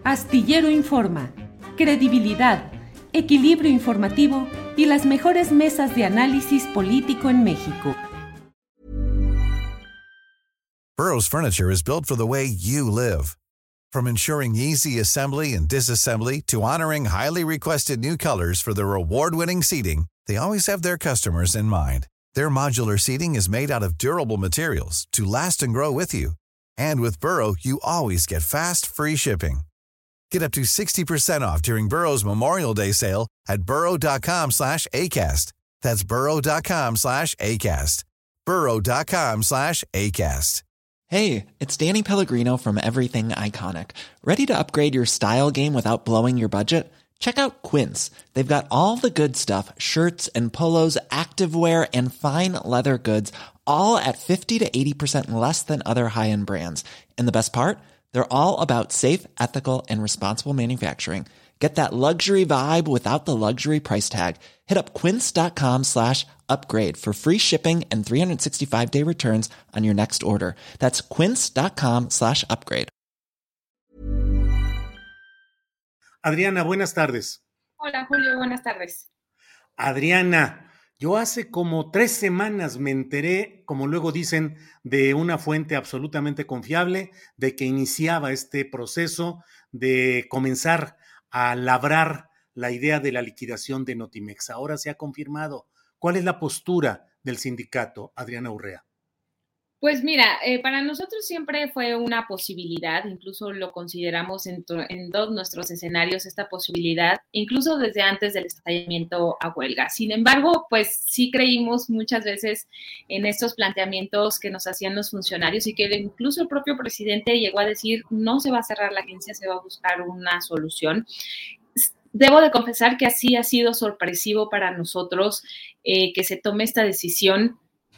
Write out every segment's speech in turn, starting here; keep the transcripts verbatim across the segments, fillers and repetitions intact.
Astillero Informa, credibilidad, equilibrio informativo y las mejores mesas de análisis político en México. Burrow's furniture is built for the way you live. From ensuring easy assembly and disassembly to honoring highly requested new colors for their award-winning seating, they always have their customers in mind. Their modular seating is made out of durable materials to last and grow with you. And with Burrow, you always get fast, free shipping. Get up to sixty percent off during Burrow's Memorial Day sale at burrow.com slash ACAST. That's burrow.com slash ACAST. burrow.com slash ACAST. Hey, it's Danny Pellegrino from Everything Iconic. Ready to upgrade your style game without blowing your budget? Check out Quince. They've got all the good stuff, shirts and polos, activewear, and fine leather goods, all at fifty to eighty percent less than other high-end brands. And the best part? They're all about safe, ethical, and responsible manufacturing. Get that luxury vibe without the luxury price tag. Hit up quince.com slash upgrade for free shipping and three sixty-five day returns on your next order. That's quince.com slash upgrade. Adriana, buenas tardes. Hola, Julio, buenas tardes. Adriana, yo hace como tres semanas me enteré, como luego dicen, de una fuente absolutamente confiable, de que iniciaba este proceso de comenzar a labrar la idea de la liquidación de Notimex. Ahora se ha confirmado. ¿Cuál es la postura del sindicato, Adriana Urrea? Pues mira, eh, para nosotros siempre fue una posibilidad, incluso lo consideramos en, to- en todos nuestros escenarios esta posibilidad, incluso desde antes del estallamiento a huelga. Sin embargo, pues sí creímos muchas veces en estos planteamientos que nos hacían los funcionarios y que incluso el propio presidente llegó a decir, no se va a cerrar la agencia, se va a buscar una solución. Debo de confesar que así ha sido sorpresivo para nosotros eh, que se tome esta decisión,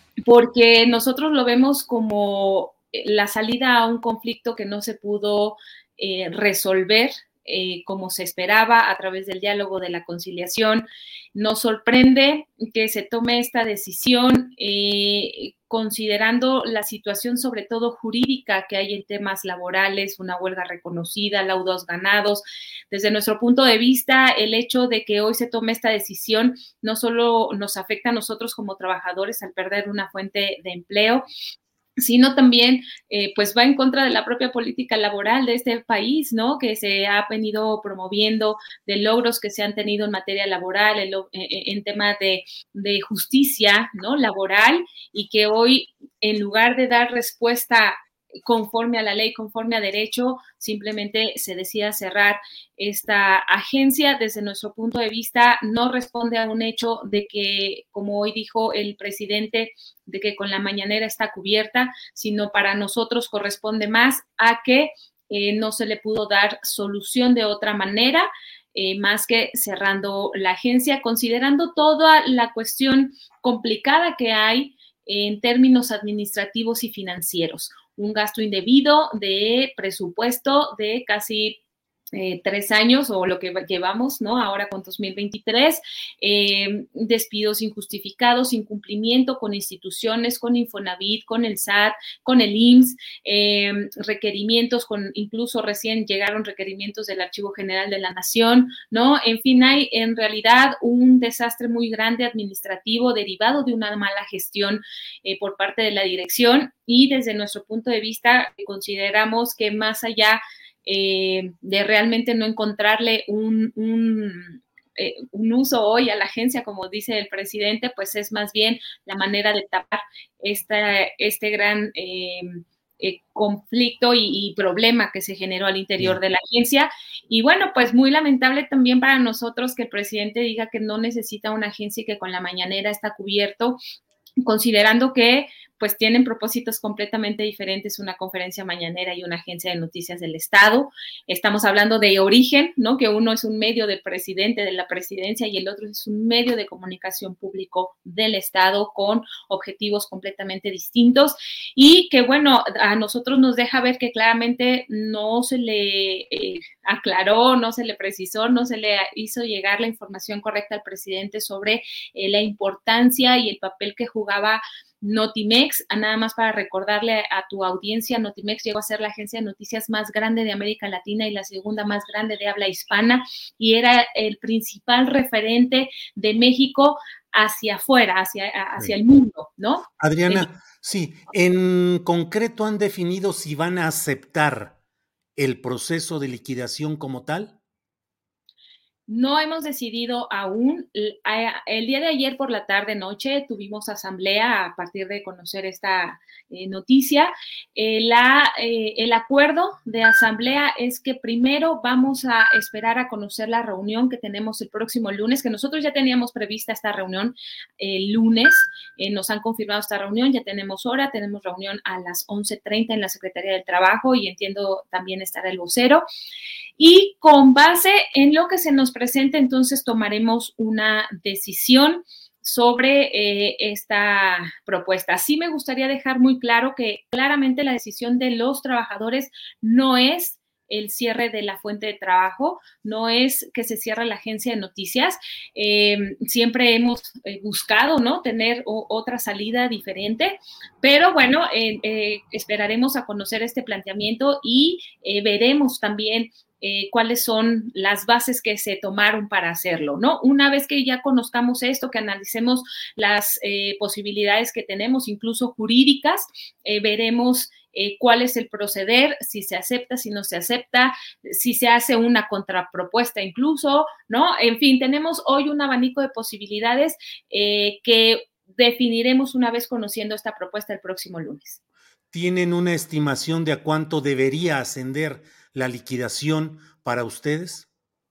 porque nosotros lo vemos como la salida a un conflicto que no se pudo eh, resolver eh, como se esperaba a través del diálogo, de la conciliación. Nos sorprende que se tome esta decisión eh, considerando la situación sobre todo jurídica que hay en temas laborales, una huelga reconocida, laudos ganados. Desde nuestro punto de vista, el hecho de que hoy se tome esta decisión no solo nos afecta a nosotros como trabajadores al perder una fuente de empleo, sino también eh, pues va en contra de la propia política laboral de este país, ¿no? Que se ha venido promoviendo, de logros que se han tenido en materia laboral, en, lo, en, en tema de, de justicia, ¿no? Laboral, y que hoy, en lugar de dar respuesta conforme a la ley, conforme a derecho, simplemente se decida cerrar esta agencia. Desde nuestro punto de vista, no responde a un hecho de que, como hoy dijo el presidente, de que con la mañanera está cubierta, sino para nosotros corresponde más a que eh, no se le pudo dar solución de otra manera, eh, más que cerrando la agencia, considerando toda la cuestión complicada que hay en términos administrativos y financieros. Un gasto indebido de presupuesto de casi eh, tres años o lo que llevamos, ¿no? Ahora con dos mil veintitrés, eh, despidos injustificados, incumplimiento con instituciones, con Infonavit, con el S A T, con el I M S S, eh, requerimientos, con incluso recién llegaron requerimientos del Archivo General de la Nación, ¿no? En fin, hay en realidad un desastre muy grande administrativo derivado de una mala gestión eh, por parte de la dirección, y desde nuestro punto de vista consideramos que más allá Eh, de realmente no encontrarle un, un, eh, un uso hoy a la agencia, como dice el presidente, pues es más bien la manera de tapar esta, este gran eh, eh, conflicto y, y problema que se generó al interior de la agencia. Y bueno, pues muy lamentable también para nosotros que el presidente diga que no necesita una agencia y que con la mañanera está cubierto, considerando que pues tienen propósitos completamente diferentes, una conferencia mañanera y una agencia de noticias del Estado. Estamos hablando de origen, ¿no? Que uno es un medio del presidente, de la presidencia, y el otro es un medio de comunicación público del Estado con objetivos completamente distintos, y que, bueno, a nosotros nos deja ver que claramente no se le eh, aclaró, no se le precisó, no se le hizo llegar la información correcta al presidente sobre eh, la importancia y el papel que jugaba Notimex, nada más para recordarle a tu audiencia, Notimex llegó a ser la agencia de noticias más grande de América Latina y la segunda más grande de habla hispana, y era el principal referente de México hacia afuera, hacia, hacia el mundo, ¿no? Adriana, sí, en concreto han definido si van a aceptar el proceso de liquidación como tal. No hemos decidido aún. El día de ayer por la tarde noche tuvimos asamblea a partir de conocer esta eh, noticia. Eh, la, eh, el acuerdo de asamblea es que primero vamos a esperar a conocer la reunión que tenemos el próximo lunes, que nosotros ya teníamos prevista esta reunión el lunes. Eh, nos han confirmado esta reunión, ya tenemos hora, tenemos reunión a las once treinta en la Secretaría del Trabajo y entiendo también estará el vocero. Y con base en lo que se nos presente, entonces tomaremos una decisión sobre eh, esta propuesta. Sí me gustaría dejar muy claro que claramente la decisión de los trabajadores no es el cierre de la fuente de trabajo, no es que se cierre la agencia de noticias. Eh, siempre hemos eh, buscado, ¿no?, tener o, otra salida diferente, pero bueno, eh, eh, esperaremos a conocer este planteamiento y eh, veremos también Eh, cuáles son las bases que se tomaron para hacerlo, ¿no? Una vez que ya conozcamos esto, que analicemos las eh, posibilidades que tenemos, incluso jurídicas, eh, veremos eh, cuál es el proceder, si se acepta, si no se acepta, si se hace una contrapropuesta incluso, ¿no? En fin, tenemos hoy un abanico de posibilidades eh, que definiremos una vez conociendo esta propuesta el próximo lunes. ¿Tienen una estimación de a cuánto debería ascender la liquidación para ustedes?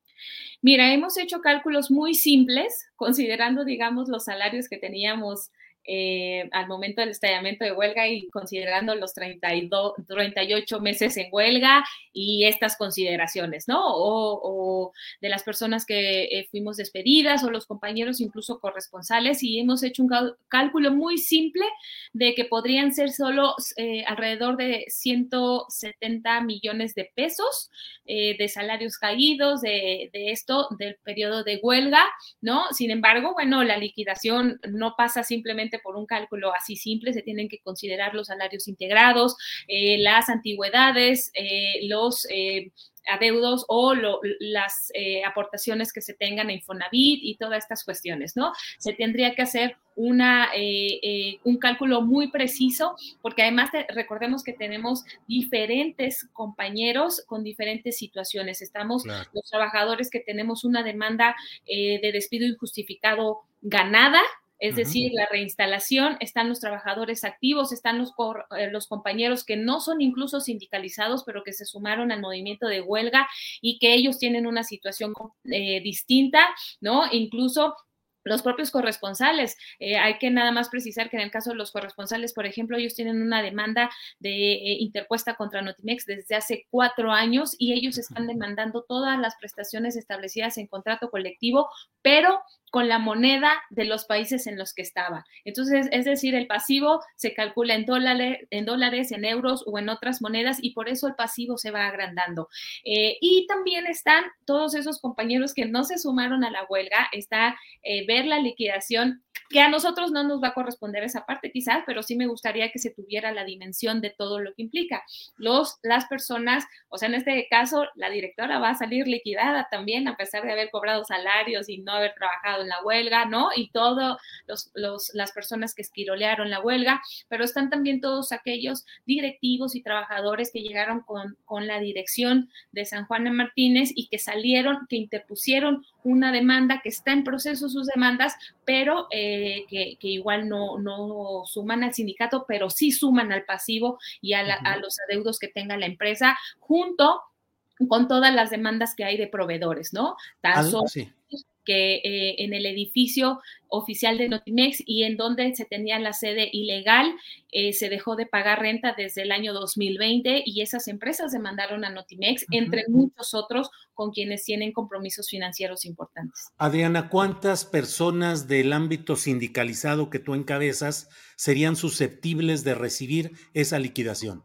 Mira, hemos hecho cálculos muy simples, considerando, digamos, los salarios que teníamos eh, al momento del estallamiento de huelga y considerando los treinta y dos, treinta y ocho meses en huelga y estas consideraciones, ¿no? O, o de las personas que eh, fuimos despedidas o los compañeros incluso corresponsales, y hemos hecho un cálculo muy simple de que podrían ser solo eh, alrededor de ciento setenta millones de pesos eh, de salarios caídos, de, de esto, del periodo de huelga, ¿no? Sin embargo, bueno, la liquidación no pasa simplemente por un cálculo así simple, se tienen que considerar los salarios integrados, eh, las antigüedades, eh, los eh, adeudos o lo, las eh, aportaciones que se tengan a Infonavit y todas estas cuestiones, ¿no? Se tendría que hacer una, eh, eh, un cálculo muy preciso, porque además te, recordemos que tenemos diferentes compañeros con diferentes situaciones. Estamos claro. Los trabajadores que tenemos una demanda eh, de despido injustificado ganada, es decir, la reinstalación, están los trabajadores activos, están los, eh, los compañeros que no son incluso sindicalizados, pero que se sumaron al movimiento de huelga y que ellos tienen una situación eh, distinta, ¿no? Incluso los propios corresponsales, eh, hay que nada más precisar que en el caso de los corresponsales, por ejemplo, ellos tienen una demanda de eh, interpuesta contra Notimex desde hace cuatro años y ellos están demandando todas las prestaciones establecidas en contrato colectivo, pero con la moneda de los países en los que estaba. Entonces, es decir, el pasivo se calcula en dólares, en dólares, en euros o en otras monedas y por eso el pasivo se va agrandando. Eh, y también están todos esos compañeros que no se sumaron a la huelga, está eh, ver la liquidación, que a nosotros no nos va a corresponder esa parte quizás, pero sí me gustaría que se tuviera la dimensión de todo lo que implica. Los, las personas, o sea, en este caso, la directora va a salir liquidada también, a pesar de haber cobrado salarios y no haber trabajado en la huelga, ¿no? Y todas los, los, las personas que esquirolearon la huelga, pero están también todos aquellos directivos y trabajadores que llegaron con, con la dirección de San Juan de Martínez y que salieron, que interpusieron una demanda, que está en proceso sus demandas, pero eh, que, que igual no, no suman al sindicato, pero sí suman al pasivo y a, la, uh-huh. a los adeudos que tenga la empresa, junto con todas las demandas que hay de proveedores, ¿no? Tan solo sí. que eh, en el edificio oficial de Notimex y en donde se tenía la sede ilegal, eh, se dejó de pagar renta desde el año dos mil veinte y esas empresas demandaron a Notimex, uh-huh. entre muchos otros con quienes tienen compromisos financieros importantes. Adriana, ¿cuántas personas del ámbito sindicalizado que tú encabezas serían susceptibles de recibir esa liquidación?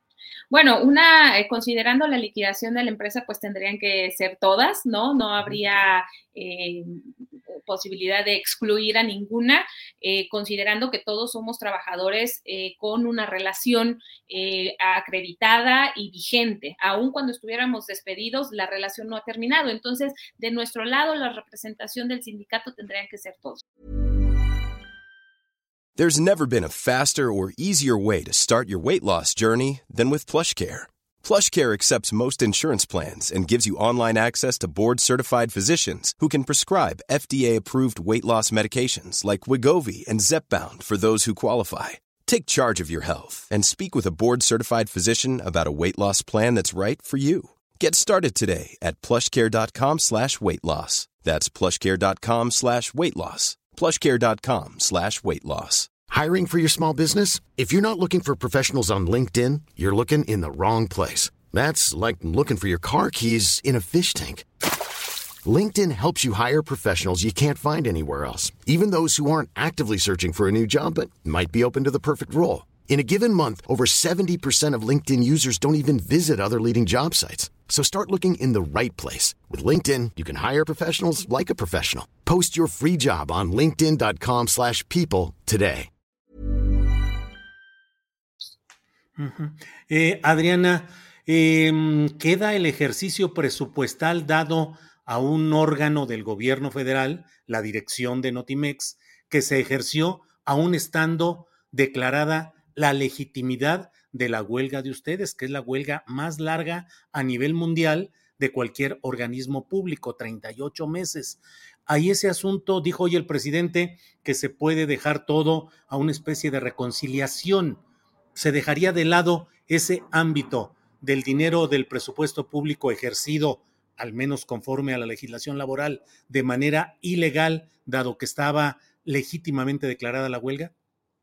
Bueno, una, eh, considerando la liquidación de la empresa, pues tendrían que ser todas, ¿no? No habría eh, posibilidad de excluir a ninguna, eh, considerando que todos somos trabajadores eh, con una relación eh, acreditada y vigente. Aun cuando estuviéramos despedidos, la relación no ha terminado. Entonces, de nuestro lado, la representación del sindicato tendrían que ser todos. There's never been a faster or easier way to start your weight loss journey than with PlushCare. PlushCare accepts most insurance plans and gives you online access to board-certified physicians who can prescribe F D A-approved weight loss medications like Wegovy and Zepbound for those who qualify. Take charge of your health and speak with a board-certified physician about a weight loss plan that's right for you. Get started today at plushcare.com slash weight loss. That's plushcare.com slash weight loss. plushcare.com slash weight loss. Hiring for your small business? If you're not looking for professionals on LinkedIn, you're looking in the wrong place. That's like looking for your car keys in a fish tank. LinkedIn helps you hire professionals you can't find anywhere else, even those who aren't actively searching for a new job but might be open to the perfect role. In a given month, over seventy percent of LinkedIn users don't even visit other leading job sites. So start looking in the right place. With LinkedIn, you can hire professionals like a professional. Post your free job on linkedin.com slash people today. Uh-huh. Eh, Adriana, eh, ¿queda el ejercicio presupuestal dado a un órgano del gobierno federal, la dirección de Notimex, que se ejerció aún estando declarada la legitimidad de la huelga de ustedes, que es la huelga más larga a nivel mundial de cualquier organismo público, treinta y ocho meses? Ahí ese asunto, dijo hoy el presidente, que se puede dejar todo a una especie de reconciliación. ¿Se dejaría de lado ese ámbito del dinero del presupuesto público ejercido, al menos conforme a la legislación laboral, de manera ilegal, dado que estaba legítimamente declarada la huelga?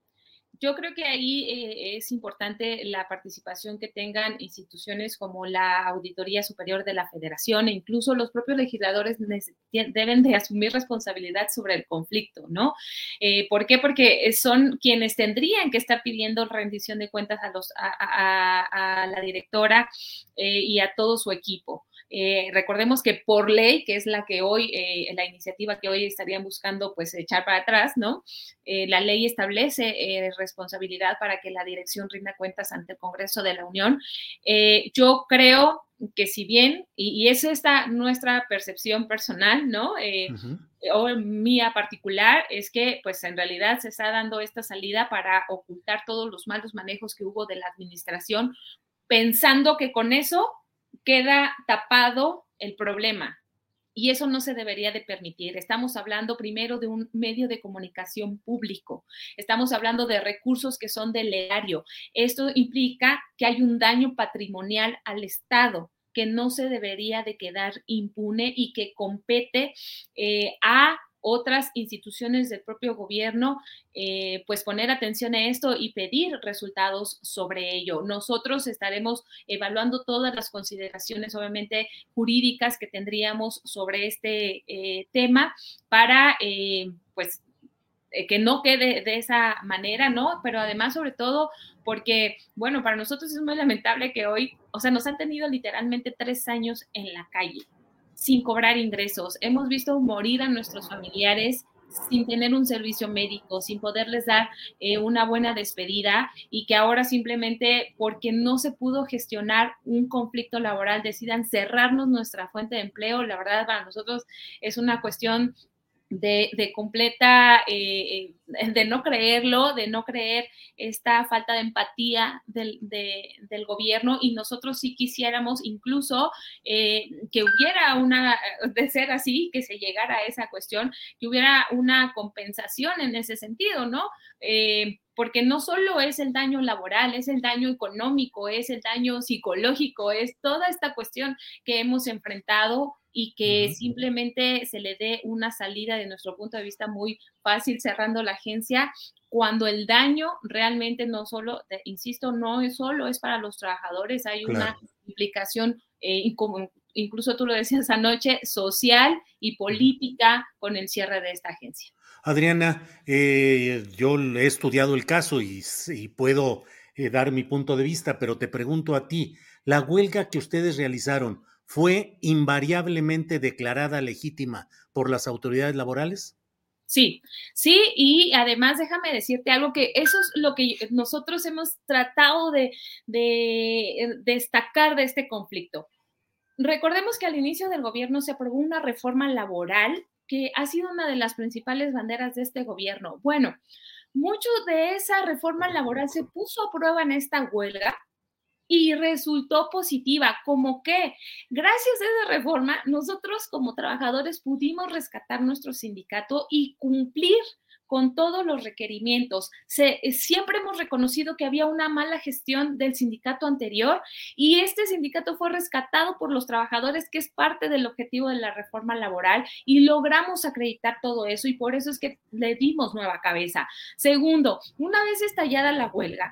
Yo creo que ahí eh, es importante la participación que tengan instituciones como la Auditoría Superior de la Federación, e incluso los propios legisladores deben de asumir responsabilidad sobre el conflicto, ¿no? Eh, ¿Por qué? Porque son quienes tendrían que estar pidiendo rendición de cuentas a, los, a, a, a la directora eh, y a todo su equipo. Eh, recordemos que por ley, que es la que hoy, eh, la iniciativa que hoy estarían buscando pues echar para atrás, ¿no? Eh, la ley establece eh, responsabilidad para que la dirección rinda cuentas ante el Congreso de la Unión. Eh, yo creo que si bien, y, y es esta nuestra percepción personal, ¿no? Eh, uh-huh. O mía particular, es que pues en realidad se está dando esta salida para ocultar todos los malos manejos que hubo de la administración, pensando que con eso queda tapado el problema, y eso no se debería de permitir. Estamos hablando primero de un medio de comunicación público, estamos hablando de recursos que son del erario. Esto implica que hay un daño patrimonial al Estado que no se debería de quedar impune y que compete eh, a otras instituciones del propio gobierno, eh, pues poner atención a esto y pedir resultados sobre ello. Nosotros estaremos evaluando todas las consideraciones, obviamente, jurídicas que tendríamos sobre este eh, tema para, eh, pues, eh, que no quede de esa manera, ¿no? Pero además, sobre todo, porque, bueno, para nosotros es muy lamentable que hoy, o sea, nos han tenido literalmente tres años en la calle, sin cobrar ingresos. Hemos visto morir a nuestros familiares sin tener un servicio médico, sin poderles dar eh, una buena despedida, y que ahora simplemente porque no se pudo gestionar un conflicto laboral decidan cerrarnos nuestra fuente de empleo. La verdad, para nosotros es una cuestión de, de completa, eh, de no creerlo, de no creer esta falta de empatía del, de, del gobierno, y nosotros sí quisiéramos incluso eh, que hubiera una, de ser así, que se llegara a esa cuestión, que hubiera una compensación en ese sentido, ¿no? Eh, porque no solo es el daño laboral, es el daño económico, es el daño psicológico, es toda esta cuestión que hemos enfrentado, y que uh-huh. simplemente se le dé una salida de nuestro punto de vista muy fácil cerrando la agencia, cuando el daño realmente no solo, de, insisto, no es solo es para los trabajadores, hay claro. una implicación, eh, como, incluso tú lo decías anoche, social y política uh-huh. con el cierre de esta agencia. Adriana, eh, yo he estudiado el caso y, y puedo eh, dar mi punto de vista, pero te pregunto a ti, ¿la huelga que ustedes realizaron fue invariablemente declarada legítima por las autoridades laborales? Sí, sí, y además déjame decirte algo, que eso es lo que nosotros hemos tratado de, de destacar de este conflicto. Recordemos que al inicio del gobierno se aprobó una reforma laboral que ha sido una de las principales banderas de este gobierno. Bueno, mucho de esa reforma laboral se puso a prueba en esta huelga y resultó positiva, como que gracias a esa reforma nosotros como trabajadores pudimos rescatar nuestro sindicato y cumplir con todos los requerimientos. Se, siempre hemos reconocido que había una mala gestión del sindicato anterior y este sindicato fue rescatado por los trabajadores, que es parte del objetivo de la reforma laboral, y logramos acreditar todo eso y por eso es que le dimos nueva cabeza. Segundo, una vez estallada la huelga,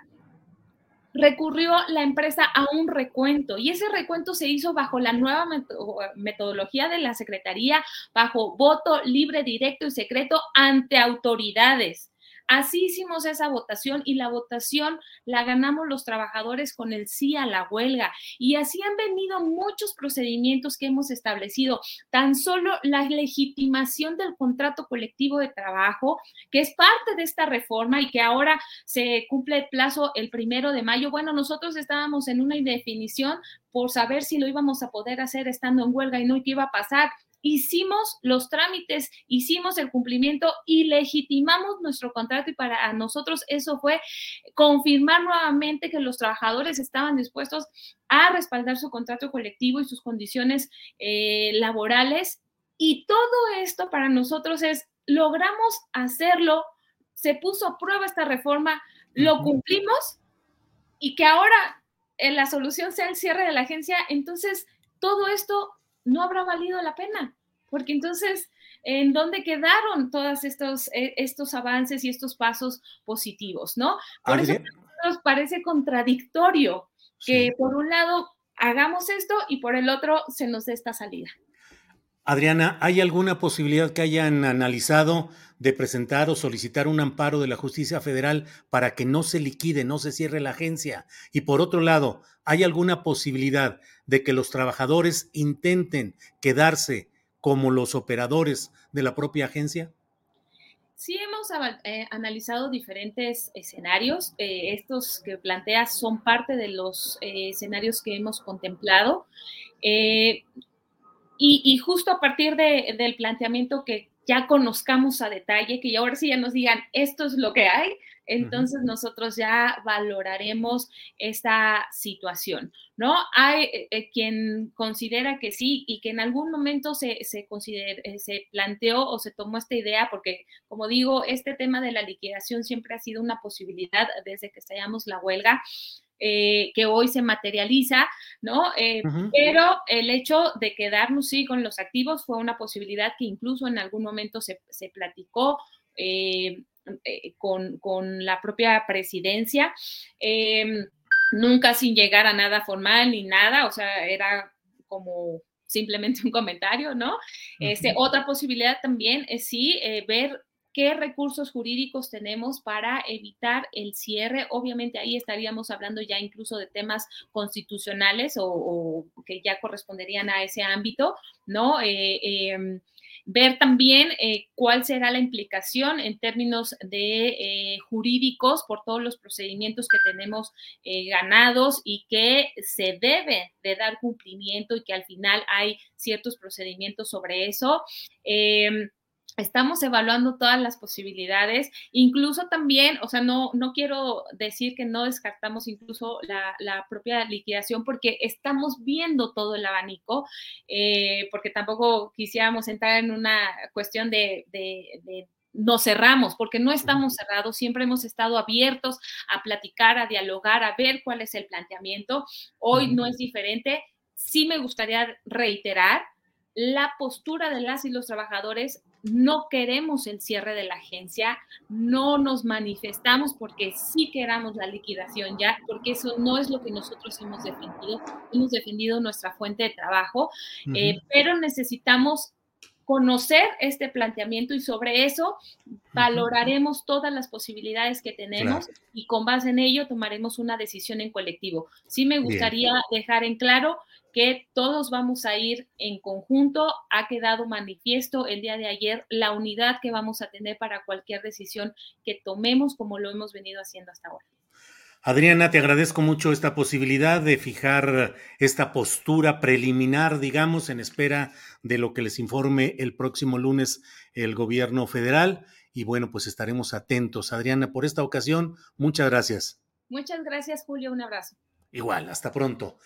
recurrió la empresa a un recuento y ese recuento se hizo bajo la nueva metodología de la Secretaría, bajo voto libre, directo y secreto ante autoridades. Así hicimos esa votación y la votación la ganamos los trabajadores con el sí a la huelga. Y así han venido muchos procedimientos que hemos establecido. Tan solo la legitimación del contrato colectivo de trabajo, que es parte de esta reforma y que ahora se cumple el plazo el primero de mayo. Bueno, nosotros estábamos en una indefinición por saber si lo íbamos a poder hacer estando en huelga y no qué iba a pasar. Hicimos los trámites, hicimos el cumplimiento y legitimamos nuestro contrato y para nosotros eso fue confirmar nuevamente que los trabajadores estaban dispuestos a respaldar su contrato colectivo y sus condiciones eh, laborales, y todo esto para nosotros es, logramos hacerlo, se puso a prueba esta reforma, lo cumplimos y que ahora eh, la solución sea el cierre de la agencia. Entonces todo esto no habrá valido la pena, porque entonces, ¿en dónde quedaron todos estos, eh, estos avances y estos pasos positivos, no? Por Adrián, eso nos parece contradictorio que sí, por un lado hagamos esto y por el otro se nos dé esta salida. Adriana, ¿hay alguna posibilidad que hayan analizado de presentar o solicitar un amparo de la Justicia Federal para que no se liquide, no se cierre la agencia? Y por otro lado, ¿hay alguna posibilidad de que los trabajadores intenten quedarse como los operadores de la propia agencia? Sí, hemos eh, analizado diferentes escenarios. Eh, estos que planteas son parte de los eh, escenarios que hemos contemplado. Eh, Y, y justo a partir de, del planteamiento que ya conozcamos a detalle, que ahora sí ya nos digan esto es lo que hay, entonces uh-huh. nosotros ya valoraremos esta situación, ¿no? Hay eh, quien considera que sí y que en algún momento se, se, consider, eh, se planteó o se tomó esta idea, porque como digo, este tema de la liquidación siempre ha sido una posibilidad desde que estallamos la huelga. Eh, que hoy se materializa, ¿no? Eh, uh-huh. Pero el hecho de quedarnos, sí, con los activos fue una posibilidad que incluso en algún momento se, se platicó eh, eh, con, con la propia presidencia, eh, nunca sin llegar a nada formal ni nada, o sea, era como simplemente un comentario, ¿no? Uh-huh. Este, otra posibilidad también es sí, eh, ver qué recursos jurídicos tenemos para evitar el cierre. Obviamente ahí estaríamos hablando ya incluso de temas constitucionales o, o que ya corresponderían a ese ámbito, ¿no? Eh, eh, ver también eh, cuál será la implicación en términos de eh, jurídicos por todos los procedimientos que tenemos eh, ganados y que se debe de dar cumplimiento y que al final hay ciertos procedimientos sobre eso. Eh, Estamos evaluando todas las posibilidades, incluso también, o sea, no, no quiero decir que no descartamos incluso la, la propia liquidación, porque estamos viendo todo el abanico, eh, porque tampoco quisiéramos entrar en una cuestión de, de, de nos cerramos, porque no estamos cerrados, siempre hemos estado abiertos a platicar, a dialogar, a ver cuál es el planteamiento. Hoy no es diferente. Sí me gustaría reiterar la postura de las y los trabajadores. No queremos el cierre de la agencia, no nos manifestamos porque sí queramos la liquidación ya, porque eso no es lo que nosotros hemos defendido, hemos defendido nuestra fuente de trabajo, uh-huh. eh, pero necesitamos conocer este planteamiento y sobre eso valoraremos todas las posibilidades que tenemos, claro, y con base en ello tomaremos una decisión en colectivo. Sí me gustaría Bien. dejar en claro que todos vamos a ir en conjunto. Ha quedado manifiesto el día de ayer la unidad que vamos a tener para cualquier decisión que tomemos, como lo hemos venido haciendo hasta ahora. Adriana, te agradezco mucho esta posibilidad de fijar esta postura preliminar, digamos, en espera de lo que les informe el próximo lunes el gobierno federal. Y bueno, pues estaremos atentos. Adriana, por esta ocasión, muchas gracias. Muchas gracias, Julio. Un abrazo. Igual, hasta pronto.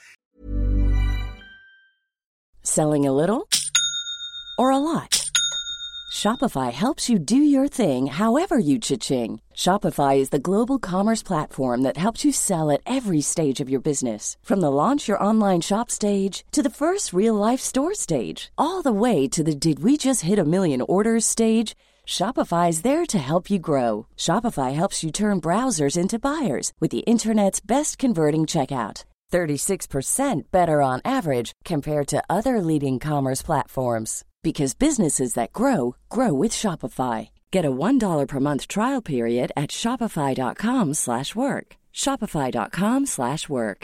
Selling a little or a lot? Shopify helps you do your thing however you cha-ching. Shopify is the global commerce platform that helps you sell at every stage of your business. From the launch your online shop stage to the first real-life store stage, all the way to the did we just hit a million orders stage. Shopify is there to help you grow. Shopify helps you turn browsers into buyers with the internet's best converting checkout. thirty-six percent better on average compared to other leading commerce platforms. Because businesses that grow, grow with Shopify. Get a one dollar per month trial period at shopify.com slash work. Shopify.com slash work.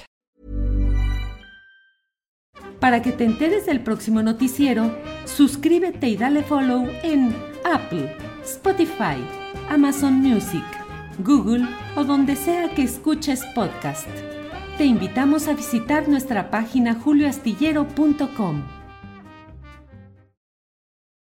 Para que te enteres del próximo noticiero, suscríbete y dale follow en Apple, Spotify, Amazon Music, Google o donde sea que escuches podcast. Te invitamos a visitar nuestra página julio astillero punto com.